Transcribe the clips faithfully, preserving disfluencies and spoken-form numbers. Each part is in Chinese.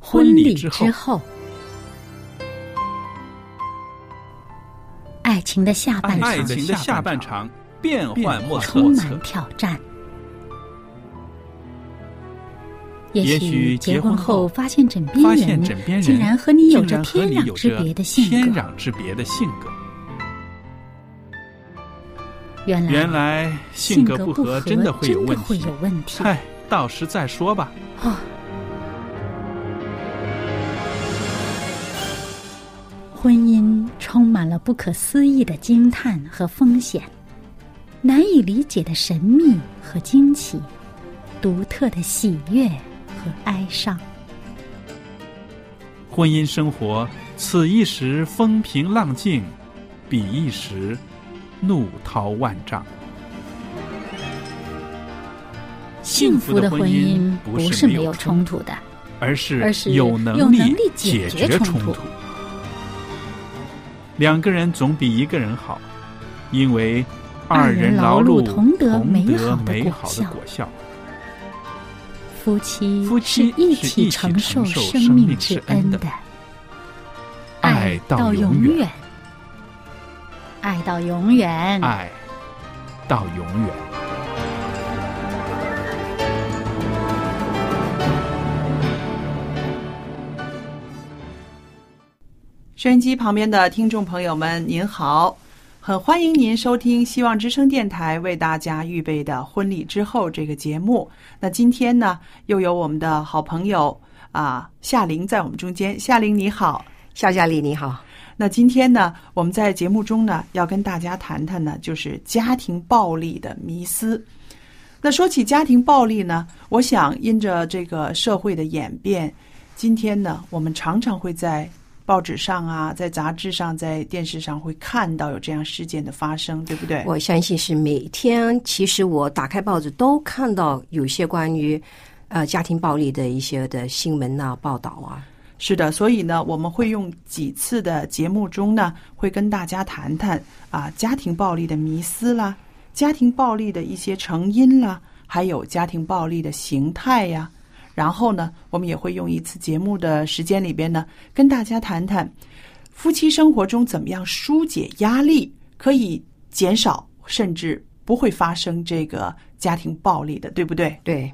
婚礼之后，爱情的下半场， 爱情的下半场变幻莫测， 充满挑战。也许结婚后发现枕边人竟然和你有着天壤之别的性格， 天壤之别的性格。 原来原来性格不合真的会有问题， 问题。 嗨，到时再说吧。 哦，婚姻充满了不可思议的惊叹和风险，难以理解的神秘和惊奇，独特的喜悦和哀伤。 婚姻生活，此一时风平浪静，彼一时怒涛万丈。 幸福的婚姻不是没有冲突的， 而是而是有能力解决冲突。两个人总比一个人好，因为二人劳碌同得美好的果效。 夫妻夫妻是一起承受生命之恩的， 爱到永远， 爱到永远， 爱到永远。 收音机旁边的听众朋友们您好，很欢迎您收听希望之声电台为大家预备的婚礼之后这个节目。那今天呢，又有我们的好朋友啊夏玲在我们中间。夏玲你好。 肖佳丽你好。 那今天呢，我们在节目中呢要跟大家谈谈呢，就是家庭暴力的迷思。那说起家庭暴力呢，我想因着这个社会的演变，今天呢我们常常会在报纸上啊，在杂志上，在电视上会看到有这样事件的发生，对不对？ 我相信是每天，其实我打开报纸都看到有些关于呃家庭暴力的一些的新闻啊、报道啊。 是的，所以呢，我们会用几次的节目中呢，会跟大家谈谈啊家庭暴力的迷思啦，家庭暴力的一些成因啦，还有家庭暴力的形态呀。然后呢，我们也会用一次节目的时间里边呢，跟大家谈谈夫妻生活中怎么样疏解压力，可以减少甚至不会发生这个家庭暴力的，对不对？ 对。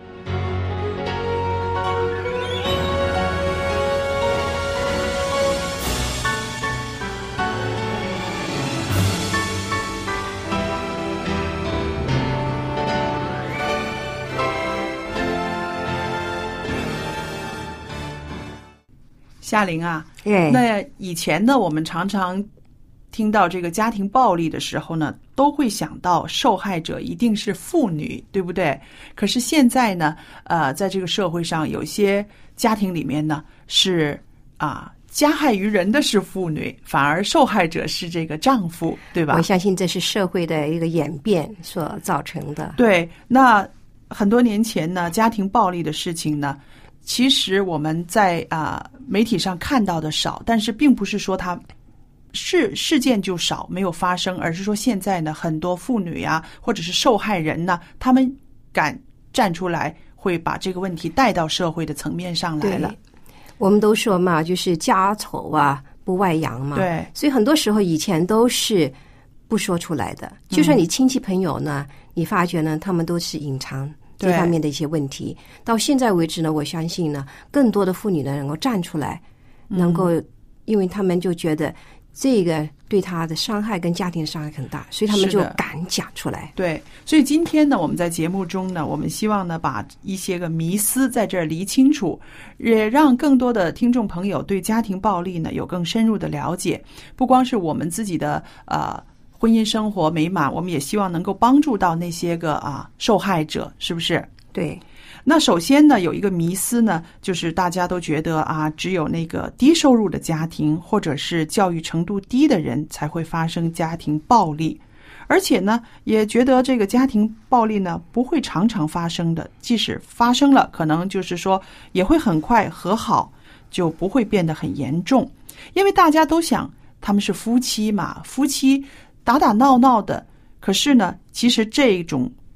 夏玲啊， 对， 那以前呢，我们常常听到这个家庭暴力的时候呢，都会想到受害者一定是妇女，对不对？可是现在呢，呃，在这个社会上，有些家庭里面呢是啊，加害于人的是妇女，反而受害者是这个丈夫，对吧？ 我相信这是社会的一个演变所造成的。 对，那很多年前呢，家庭暴力的事情呢，其实我们在啊、呃、媒体上看到的少，但是并不是说它事事件就少没有发生，而是说现在呢，很多妇女啊，或者是受害人呢，他们敢站出来，会把这个问题带到社会的层面上来了。 我们都说嘛，就是家丑啊不外扬嘛， 对， 所以很多时候以前都是不说出来的，就算你亲戚朋友呢，嗯、你发觉呢，他们都是隐藏这方面的一些问题。到现在为止呢，我相信呢，更多的妇女呢能够站出来，能够，因为他们就觉得这个对他的伤害跟家庭伤害很大，所以他们就敢讲出来。 对，所以今天呢，我们在节目中呢，我们希望呢，把一些个迷思在这儿理清楚，也让更多的听众朋友对家庭暴力呢有更深入的了解。不光是我们自己的呃婚姻生活美满，我们也希望能够帮助到那些个啊受害者，是不是？ 对。 那首先呢，有一个迷思呢，就是大家都觉得啊，只有那个低收入的家庭或者是教育程度低的人才会发生家庭暴力，而且呢，也觉得这个家庭暴力呢不会常常发生的，即使发生了，可能就是说也会很快和好，就不会变得很严重，因为大家都想他们是夫妻嘛，夫妻打打闹闹的，可是呢，其实这种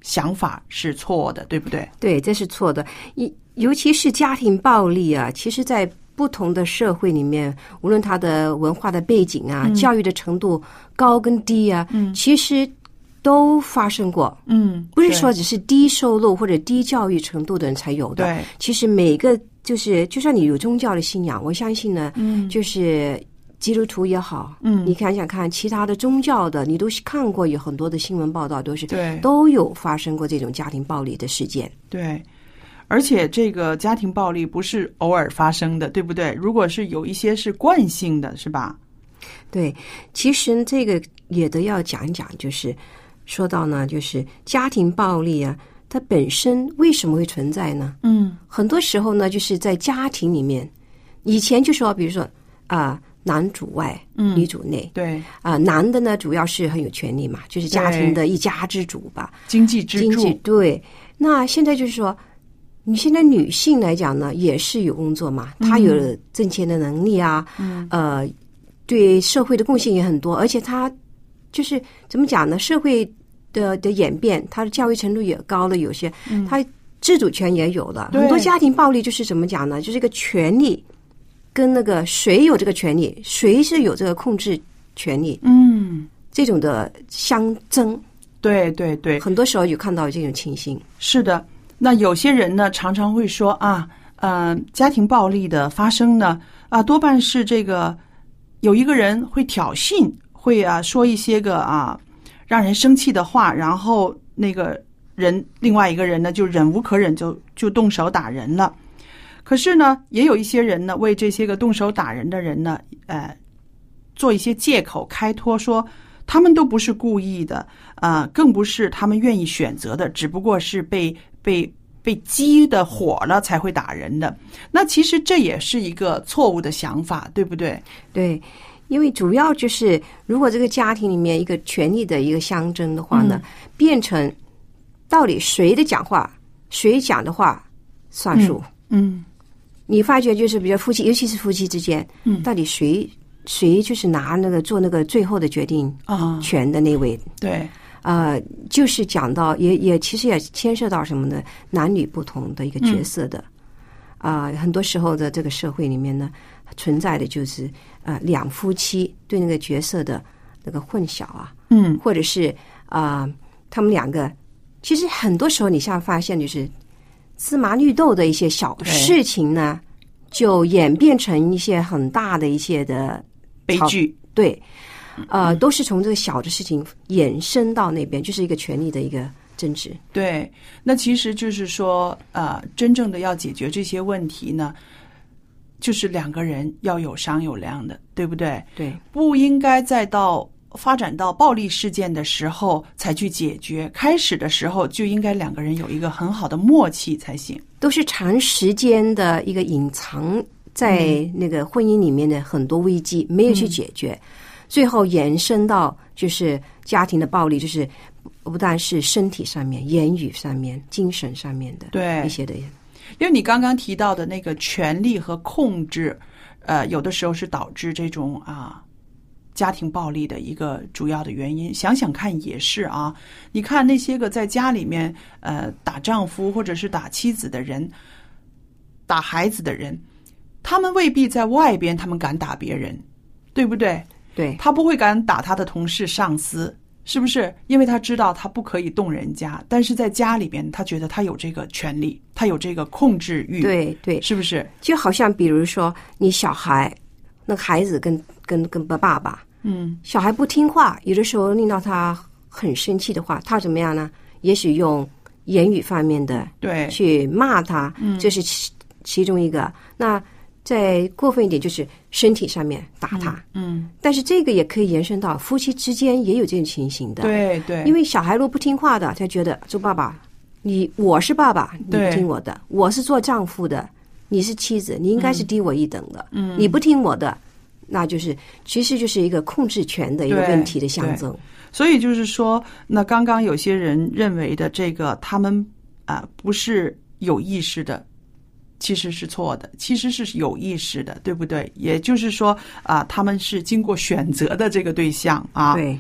想法是错的，对不对？ 对，这是错的。尤其是家庭暴力啊，其实在不同的社会里面，无论他的文化的背景啊、嗯、教育的程度高跟低啊，嗯，其实都发生过。嗯，不是说只是低收入或者低教育程度的人才有的。对，其实每个就是就算你有宗教的信仰，我相信呢，嗯，就是基督徒也好，嗯，你想想看，其他的宗教的，你都看过有很多的新闻报道，都是对都有发生过这种家庭暴力的事件。 对。而且这个家庭暴力不是偶尔发生的，对不对？如果是有一些是惯性的，是吧？ 对，其实这个也都要讲一讲，就是说到呢，就是家庭暴力啊，它本身为什么会存在呢？嗯，很多时候呢，就是在家庭里面，以前就说，比如说啊、呃，男主外，嗯，女主内， 对啊、呃，男的呢主要是很有权利嘛，就是家庭的一家之主吧， 经济支柱。 经济对，那现在就是说。你现在女性来讲呢，也是有工作嘛，她有挣钱的能力啊，嗯、呃，对社会的贡献也很多，而且她就是怎么讲呢？社会的的演变，她的教育程度也高了，有些，嗯、她自主权也有了。很多家庭暴力就是怎么讲呢？就是一个权利跟那个谁有这个权利，谁是有这个控制权利，嗯，这种的相争。 对对对， 很多时候有看到这种情形。 是的。那有些人呢，常常会说啊，呃，家庭暴力的发生呢，啊，多半是这个有一个人会挑衅，会啊说一些个啊让人生气的话，然后那个人另外一个人呢就忍无可忍，就就动手打人了。可是呢，也有一些人呢，为这些个动手打人的人呢，呃，做一些借口开脱，说他们都不是故意的，啊、呃，更不是他们愿意选择的，只不过是被。被被激的火了才会打人的，那其实这也是一个错误的想法，对不对？ 对，因为主要就是如果这个家庭里面一个权力的一个相争的话呢，嗯、变成到底谁的讲话，谁讲的话算数？嗯，嗯你发觉就是比如夫妻，尤其是夫妻之间，嗯，到底谁谁就是拿那个做那个最后的决定权的那位？ 啊、对。 呃，就是讲到也也其实也牵涉到什么呢？男女不同的一个角色的，啊、嗯呃，很多时候的这个社会里面呢，存在的就是呃两夫妻对那个角色的那个混淆啊，嗯，或者是啊、呃、他们两个，其实很多时候你像发现就是芝麻绿豆的一些小事情呢，就演变成一些很大的一些的悲剧， 对。呃，都是从这个小的事情延伸到那边，就是一个权力的一个争执。 对，那其实就是说，呃，真正的要解决这些问题呢，就是两个人要有商有量的，对不对？ 对， 不应该再到发展到暴力事件的时候才去解决，开始的时候就应该两个人有一个很好的默契才行。 都是长时间的一个隐藏在那个婚姻里面的很多危机、嗯、没有去解决。嗯最后延伸到就是家庭的暴力，就是不但是身体上面、言语上面、精神上面的对一些的。 因为你刚刚提到的那个权力和控制，呃，有的时候是导致这种啊家庭暴力的一个主要的原因。想想看也是啊，你看那些个在家里面呃打丈夫或者是打妻子的人、打孩子的人，他们未必在外边他们敢打别人，对不对？ 对， 他不会敢打他的同事上司，是不是？因为他知道他不可以动人家，但是在家里边他觉得他有这个权利，他有这个控制欲。 对对， 是不是？ 就好像比如说你小孩，那个孩子跟跟跟爸爸，嗯，小孩不听话，有的时候令到他很生气的话，他怎么样呢？也许用言语方面的对去骂他，嗯，这是其其中一个。那再过分一点，就是身体上面打他，嗯，嗯但是这个也可以延伸到夫妻之间也有这种情形的， 对对， 因为小孩如果不听话的，他觉得说爸爸，你我是爸爸，你不听我的，我是做丈夫的，你是妻子，你应该是低我一等的，嗯，你不听我的，那就是其实就是一个控制权的一个问题的象征。 所以就是说，那刚刚有些人认为的这个，他们啊、呃、不是有意识的。其实是错的，其实是有意识的，对不对？也就是说啊、呃，他们是经过选择的这个对象啊。 对，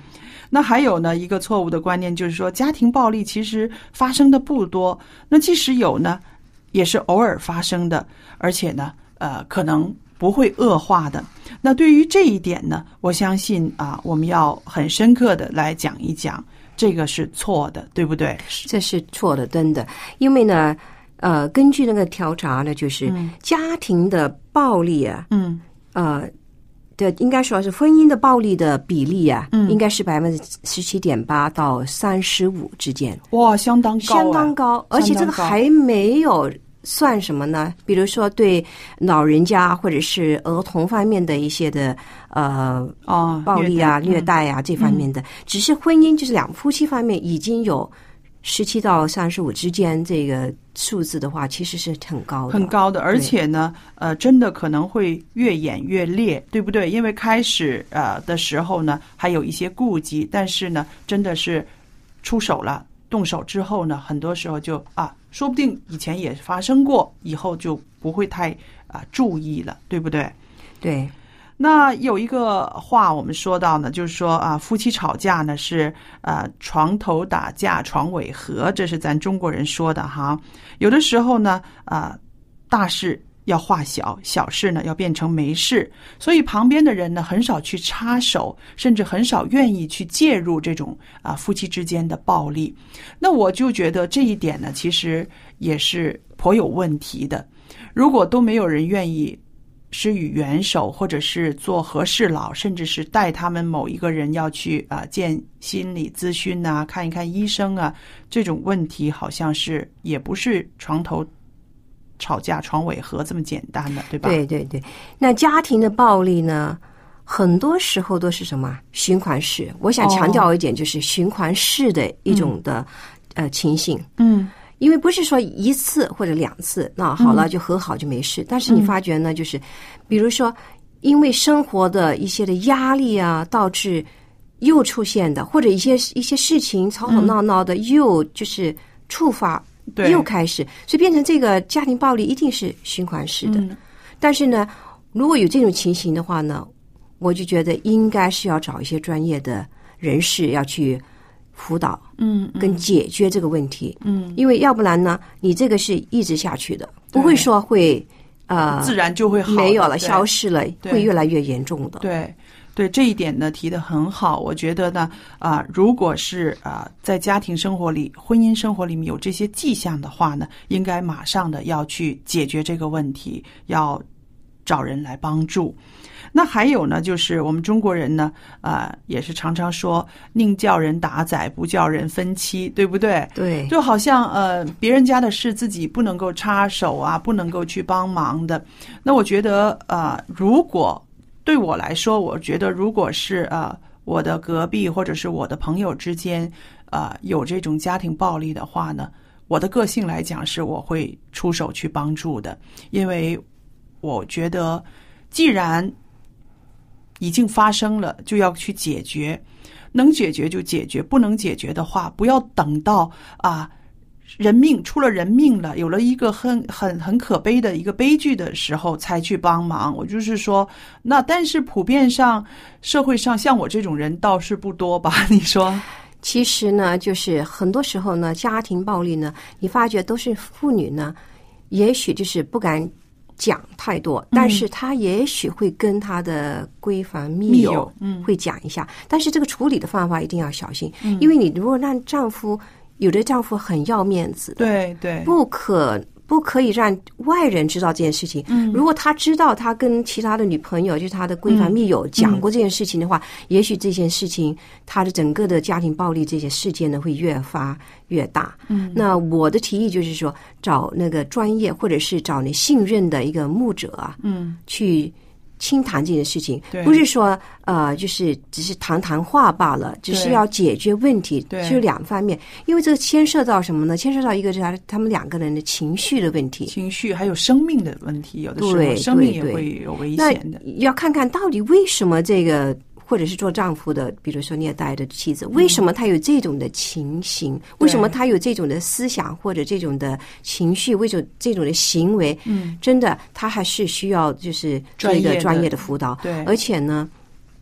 那还有呢，一个错误的观念就是说，家庭暴力其实发生的不多，那即使有呢，也是偶尔发生的，而且呢，呃，可能不会恶化的。那对于这一点呢，我相信啊，我们要很深刻的来讲一讲，这个是错的，对不对？ 这是错的，真的，因为呢，呃，根据那个调查呢，就是家庭的暴力啊，嗯，呃。对，应该说是婚姻的暴力的比例啊，嗯、应该是百分之十七点八到三十五之间。 哇，相当高、啊， 相当高，而且这个还没有算什么呢？比如说对老人家或者是儿童方面的一些的呃哦暴力啊、 虐待, 虐待啊、嗯、这方面的，只是婚姻就是两夫妻方面已经有十七到三十五之间这个数字的话，其实是很高的， 很高的，而且呢，呃，真的可能会越演越烈，对不对？因为开始呃的时候呢，还有一些顾忌，但是呢，真的是出手了，动手之后呢，很多时候就啊，说不定以前也发生过，以后就不会太啊、呃、注意了，对不对？ 对。 那有一个话我们说到呢，就是说啊，夫妻吵架呢是呃床头打架床尾和，这是咱中国人说的哈。有的时候呢，啊、呃、大事要化小，小事呢要变成没事，所以旁边的人呢很少去插手，甚至很少愿意去介入这种啊、呃、夫妻之间的暴力。那我就觉得这一点呢，其实也是颇有问题的。如果都没有人愿意施予援手，或者是做和事佬，甚至是带他们某一个人要去啊、呃、见心理咨询啊，看一看医生啊，这种问题好像是也不是床头吵架床尾和这么简单的，对吧？ 对对对。那家庭的暴力呢，很多时候都是什么循环式。我想强调一点，就是循环式的一种的、哦、呃情形。嗯。因为不是说一次或者两次，那好了就和好就没事。嗯、但是你发觉呢，就是比如说，因为生活的一些的压力啊，导致又出现的，或者一些一些事情吵吵闹闹的，又就是触发， 对， 又开始，所以变成这个家庭暴力一定是循环式的。嗯、但是呢，如果有这种情形的话呢，我就觉得应该是要找一些专业的人士要去辅导，嗯，跟解决这个问题，嗯，因为要不然呢，你这个是一直下去的，不会说会呃自然就会好， 没有了，消失了，会越来越严重的。 对，对，这一点呢提得很好。我觉得呢，啊、呃，如果是啊、呃、在家庭生活里、婚姻生活里面有这些迹象的话呢，应该马上的要去解决这个问题，要找人来帮助。那还有呢，就是我们中国人呢，啊、呃，也是常常说宁叫人打仔，不叫人分妻，对不对？ 对， 就好像呃，别人家的事自己不能够插手啊，不能够去帮忙的。那我觉得，呃，如果对我来说，我觉得如果是呃我的隔壁或者是我的朋友之间，呃有这种家庭暴力的话呢，我的个性来讲是我会出手去帮助的，因为我觉得既然已经发生了，就要去解决，能解决就解决，不能解决的话，不要等到啊人命出了人命了，有了一个很很很可悲的一个悲剧的时候才去帮忙。我就是说，那但是普遍上社会上像我这种人倒是不多吧？你说？ 其实呢，就是很多时候呢，家庭暴力呢，你发觉都是妇女呢，也许就是不敢讲太多，但是他也许会跟他的闺房密友会讲一下，嗯、但是这个处理的方法一定要小心，嗯、因为你如果让丈夫，有的丈夫很要面子的， 对对， 不可不可以让外人知道这件事情。嗯、如果他知道他跟其他的女朋友，就是他的闺房密友讲过这件事情的话，嗯、也许这件事情他的整个的家庭暴力这些事件呢会越发越大。嗯，那我的提议就是说，找那个专业或者是找你信任的一个牧者啊，嗯，去倾谈这件事情，不是说呃，就是只是谈谈话罢了，只是要解决问题，就两方面。因为这个牵涉到什么呢？牵涉到一个是他他们两个人的情绪的问题， 情绪还有生命的问题，有的时候生命也会有危险的。 要看看到底为什么这个。或者是做丈夫的，比如说虐待的妻子，为什么他有这种的情形？嗯、为什么他有这种的思想或者这种的情绪？为什么这种的行为？嗯，真的，他还是需要就是做一个专业的辅导。 对， 而且呢，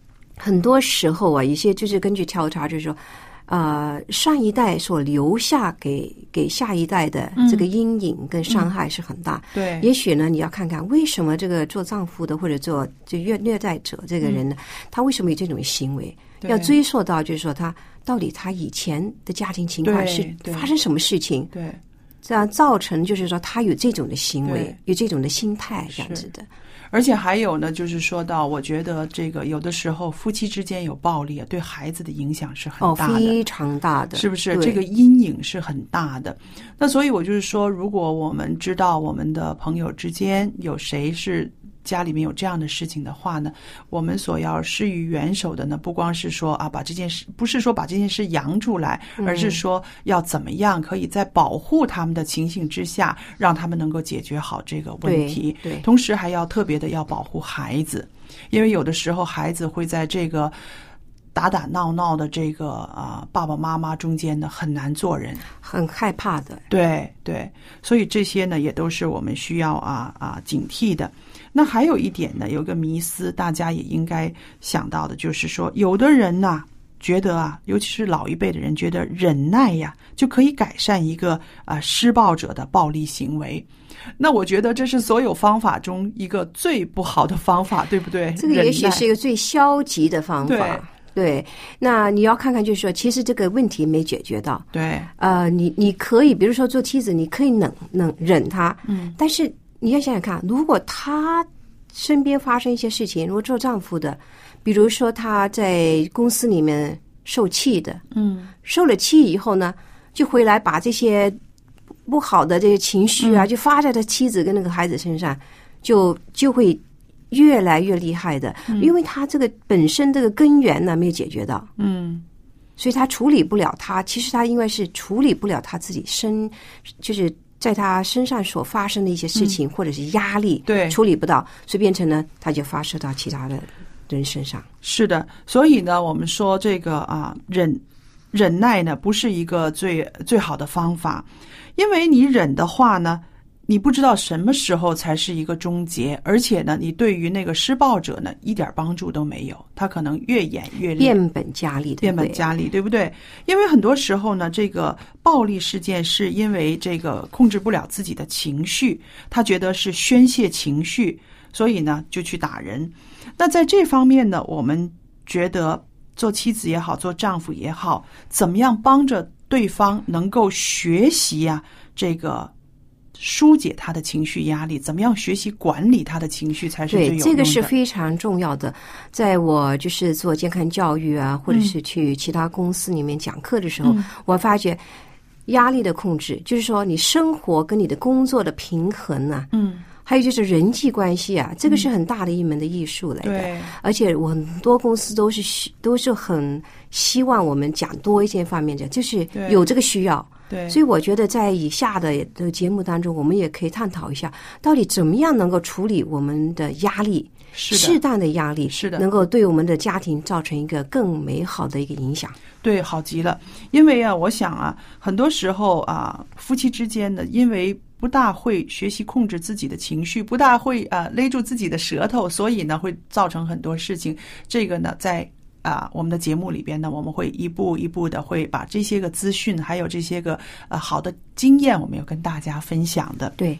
很多时候啊，一些就是根据调查，就是说，呃，上一代所留下给给下一代的这个阴影跟伤害是很大。 嗯、对， 也许呢，你要看看为什么这个做丈夫的或者做就虐虐待者这个人呢，嗯、他为什么有这种行为？要追溯到就是说他到底他以前的家庭情况是发生什么事情？ 对， 这样造成就是说他有这种的行为，有这种的心态这样子的。 而且还有呢，就是说到，我觉得这个有的时候夫妻之间有暴力，对孩子的影响是很大的， 哦，非常大的， 是不是？这个阴影是很大的。那所以我就是说，如果我们知道我们的朋友之间有谁是家里面有这样的事情的话呢，我们所要施于援手的呢，不光是说啊，把这件事，不是说把这件事扬出来，而是说要怎么样可以在保护他们的情形之下，让他们能够解决好这个问题。 对，对， 同时还要特别的要保护孩子，因为有的时候孩子会在这个打打闹闹的这个啊爸爸妈妈中间呢，很难做人， 很害怕的。 对对，所以这些呢也都是我们需要啊啊警惕的。那还有一点呢，有个迷思，大家也应该想到的，就是说，有的人呢觉得啊，尤其是老一辈的人，觉得忍耐呀就可以改善一个啊施暴者的暴力行为。那我觉得这是所有方法中一个最不好的方法，对不对？ 这个也许是一个最消极的方法。 对。 对，那你要看看，就是说，其实这个问题没解决到。 对， 呃，你你可以，比如说做妻子，你可以忍忍忍他， 嗯， 但是你要想想看，如果他身边发生一些事情，如果做丈夫的，比如说他在公司里面受气的， 嗯， 受了气以后呢，就回来把这些不好的这些情绪啊，嗯、就发在他妻子跟那个孩子身上，就就会越来越厉害的， 嗯、 因为他这个本身这个根源呢没有解决到， 嗯， 所以他处理不了他，其实他因为是处理不了他自己身，就是在他身上所发生的一些事情、嗯、或者是压力， 对， 处理不到，所以变成呢，他就发射到其他的人身上。 是的，所以呢，我们说这个啊，忍忍耐呢，不是一个最最好的方法，因为你忍的话呢，你不知道什么时候才是一个终结，而且呢，你对于那个施暴者呢，一点帮助都没有，他可能越演越烈， 变本加厉， 变本加厉，对不对？因为很多时候呢，这个暴力事件是因为这个控制不了自己的情绪，他觉得是宣泄情绪，所以呢，就去打人。那在这方面呢，我们觉得做妻子也好，做丈夫也好，怎么样帮着对方能够学习啊，这个疏解他的情绪压力，怎么样学习管理他的情绪才是最有用的。 对，这个是非常重要的。在我就是做健康教育啊，或者是去其他公司里面讲课的时候，嗯、我发觉压力的控制，就是说你生活跟你的工作的平衡啊， 嗯。 还有就是人际关系啊，这个是很大的一门的艺术来的。 对， 而且我很多公司都是都是很希望我们讲多一些方面的，就是有这个需要。 对， 所以我觉得在以下的的节目当中，我们也可以探讨一下，到底怎么样能够处理我们的压力， 是的， 适当的压力， 是的， 能够对我们的家庭造成一个更美好的一个影响。 对，好极了。因为啊，我想啊，很多时候啊，夫妻之间呢，因为不大会学习控制自己的情绪，不大会啊勒住自己的舌头，所以呢，会造成很多事情。这个呢，在啊我们的节目里边呢，我们会一步一步的会把这些个资讯，还有这些个呃好的经验，我们要跟大家分享的。 对。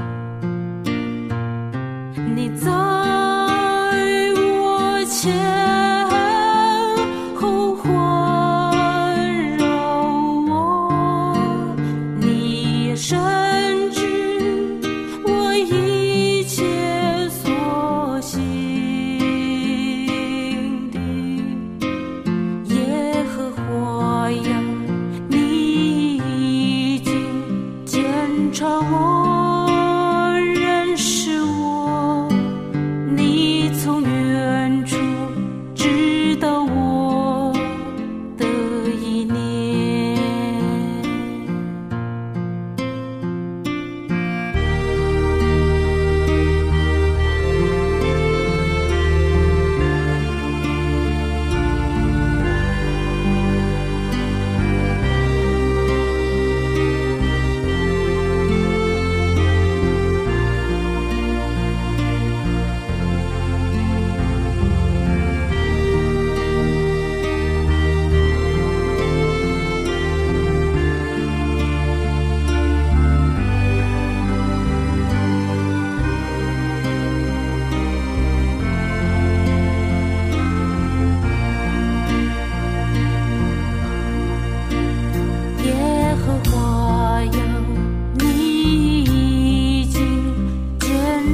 你在我前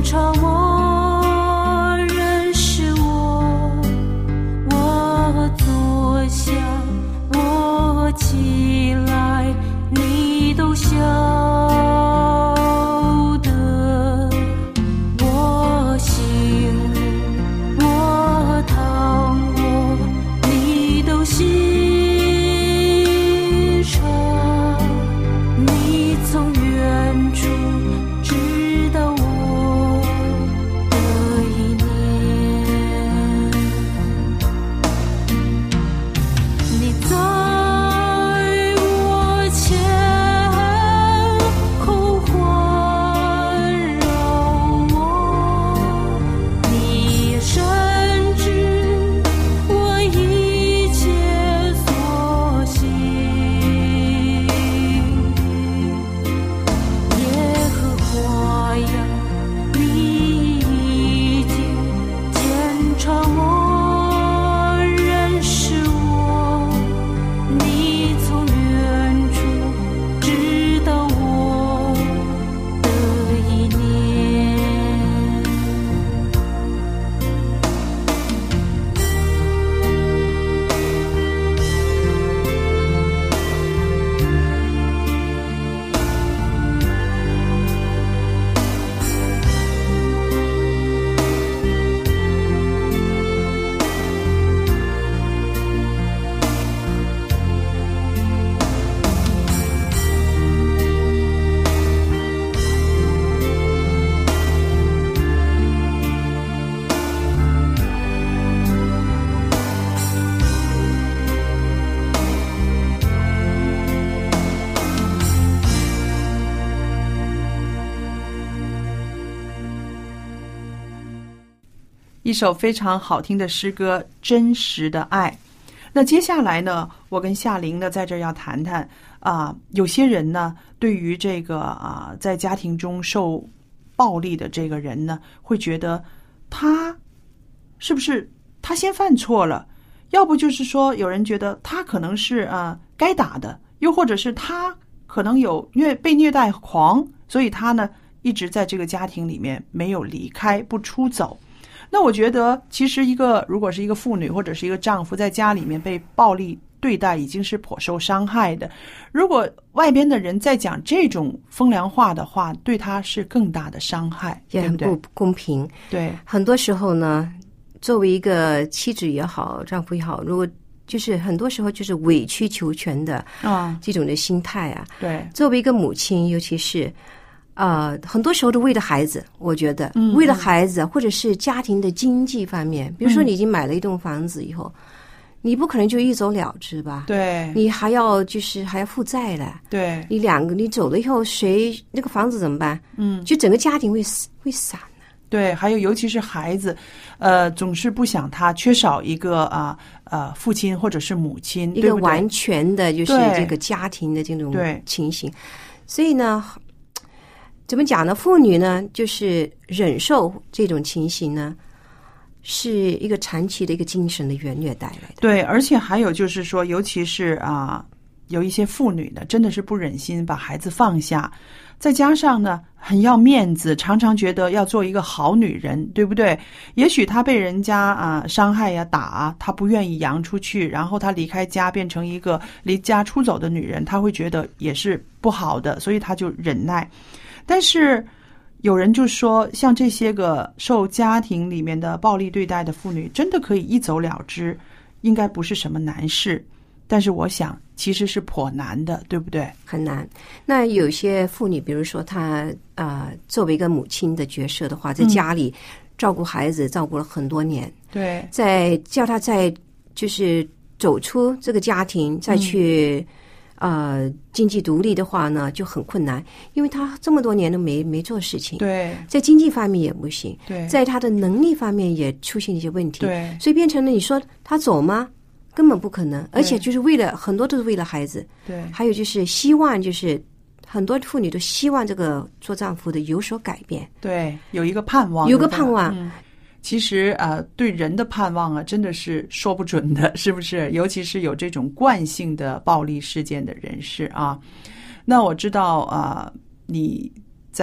常我认识我，我坐下，我起来，你都晓得。我行路，我躺卧，你都欣赏。你从远处知道我的意念，你在我前后环绕我，你也深知我一切所行。耶和华呀，你已经检查我，认识我，你从远处知道我的意念。 一首非常好听的诗歌《真实的爱》。那接下来呢，我跟夏玲呢在这儿要谈谈啊、有些人呢对于这个啊、在家庭中受暴力的这个人呢，会觉得他是不是他先犯错了，要不就是说有人觉得他可能是啊、该打的，又或者是他可能有虐被虐待狂，所以他呢一直在这个家庭里面没有离开，不出走。那我觉得其实一个如果是一个妇女或者是一个丈夫在家里面被暴力对待，已经是颇受伤害的，如果外边的人在讲这种风凉话的话，对他是更大的伤害， 也很不公平。 对， 很多时候呢，作为一个妻子也好，丈夫也好，如果就是很多时候就是委曲求全的啊这种的心态啊。 对， 作为一个母亲，尤其是呃，很多时候都为了孩子，我觉得， 嗯、 为了孩子，或者是家庭的经济方面，比如说你已经买了一栋房子以后，嗯、你不可能就一走了之吧？ 对， 你还要就是还要负债了。 对， 你两个你走了以后，谁那个房子怎么办？ 嗯， 就整个家庭会会散。 对，还有尤其是孩子，呃，总是不想他缺少一个啊呃父亲或者是母亲， 一个完全的就是这个家庭的这种情形。所以呢，怎么讲呢？妇女呢，就是忍受这种情形呢，是一个长期的一个精神的虐待来的。 对，而且还有就是说，尤其是啊，有一些妇女呢，真的是不忍心把孩子放下。再加上呢，很要面子，常常觉得要做一个好女人，对不对？也许她被人家啊伤害呀、打啊，她不愿意扬出去，然后她离开家，变成一个离家出走的女人，她会觉得也是不好的，所以她就忍耐。但是有人就说，像这些个受家庭里面的暴力对待的妇女，真的可以一走了之，应该不是什么难事。但是我想其实是颇难的，对不对？ 很难。那有些妇女，比如说她呃作为一个母亲的角色的话，在家里照顾孩子，照顾了很多年， 对， 在叫她再就是走出这个家庭，再去、嗯、呃经济独立的话呢，就很困难，因为她这么多年都没没做事情， 对， 在经济方面也不行， 对， 在她的能力方面也出现一些问题， 对， 所以变成了你说她走吗？根本不可能，而且就是为了很多都是为了孩子， 对， 还有就是希望就是很多妇女都希望这个做丈夫的有所改变， 对，有一个盼望， 有个盼望。 嗯、其实呃，对人的盼望啊，真的是说不准的，是不是？尤其是有这种惯性的暴力事件的人士啊。那我知道啊、呃，你在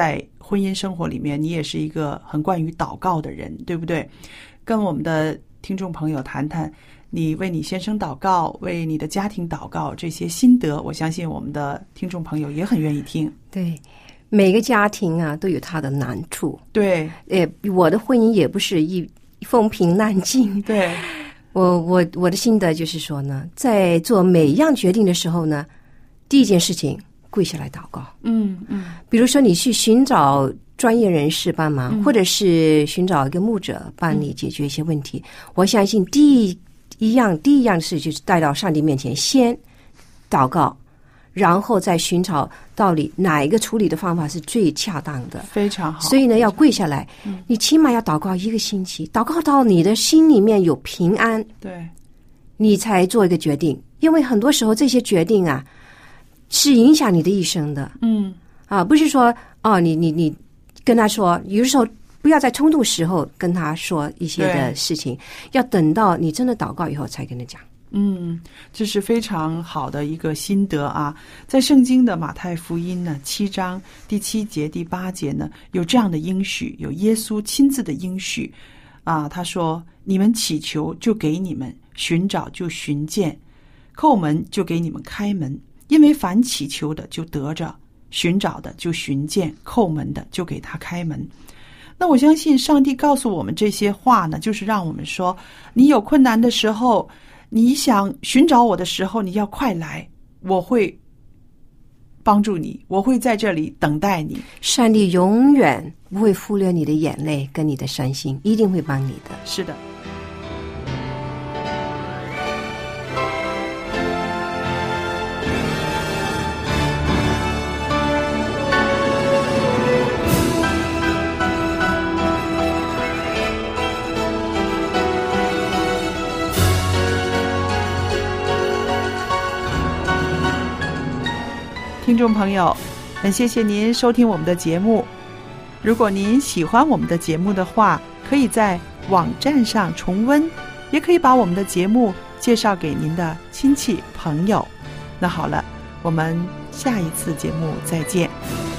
婚姻生活里面，你也是一个很惯于祷告的人，对不对？跟我们的听众朋友谈谈你为你先生祷告，为你的家庭祷告这些心得，我相信我们的听众朋友也很愿意听。 对，每个家庭啊都有它的难处。 对， 呃，我的婚姻也不是一风平浪静。 对， 我我我的心得就是说呢，在做每一样决定的时候呢，第一件事情跪下来祷告。 嗯嗯， 比如说你去寻找专业人士帮忙， 嗯、 或者是寻找一个牧者帮你解决一些问题。嗯、我相信第一一样第一样事就是带到上帝面前，先祷告，然后再寻找到底哪一个处理的方法是最恰当的。 非常好。 所以呢，要跪下来， 嗯、 你起码要祷告一个星期，祷告到你的心里面有平安， 对， 你才做一个决定。因为很多时候这些决定啊，是影响你的一生的。 嗯， 啊，不是说哦，你你你跟他说，有的时候不要在冲突时候跟他说一些的事情，要等到你真的祷告以后才跟他讲。 嗯，这是非常好的一个心得啊！在圣经的马太福音呢七章第七节、第八节呢，有这样的应许，有耶稣亲自的应许啊。他说：“你们祈求，就给你们；寻找，就寻见；叩门，就给你们开门。因为凡祈求的，就得着；寻找的，就寻见；叩门的，就给他开门。”那我相信上帝告诉我们这些话呢，就是让我们说，你有困难的时候，你想寻找我的时候，你要快来，我会帮助你，我会在这里等待你。 上帝永远不会忽略你的眼泪跟你的伤心，一定会帮你的。 是的。听众朋友，很谢谢您收听我们的节目。如果您喜欢我们的节目的话，可以在网站上重温，也可以把我们的节目介绍给您的亲戚朋友。那好了，我们下一次节目再见。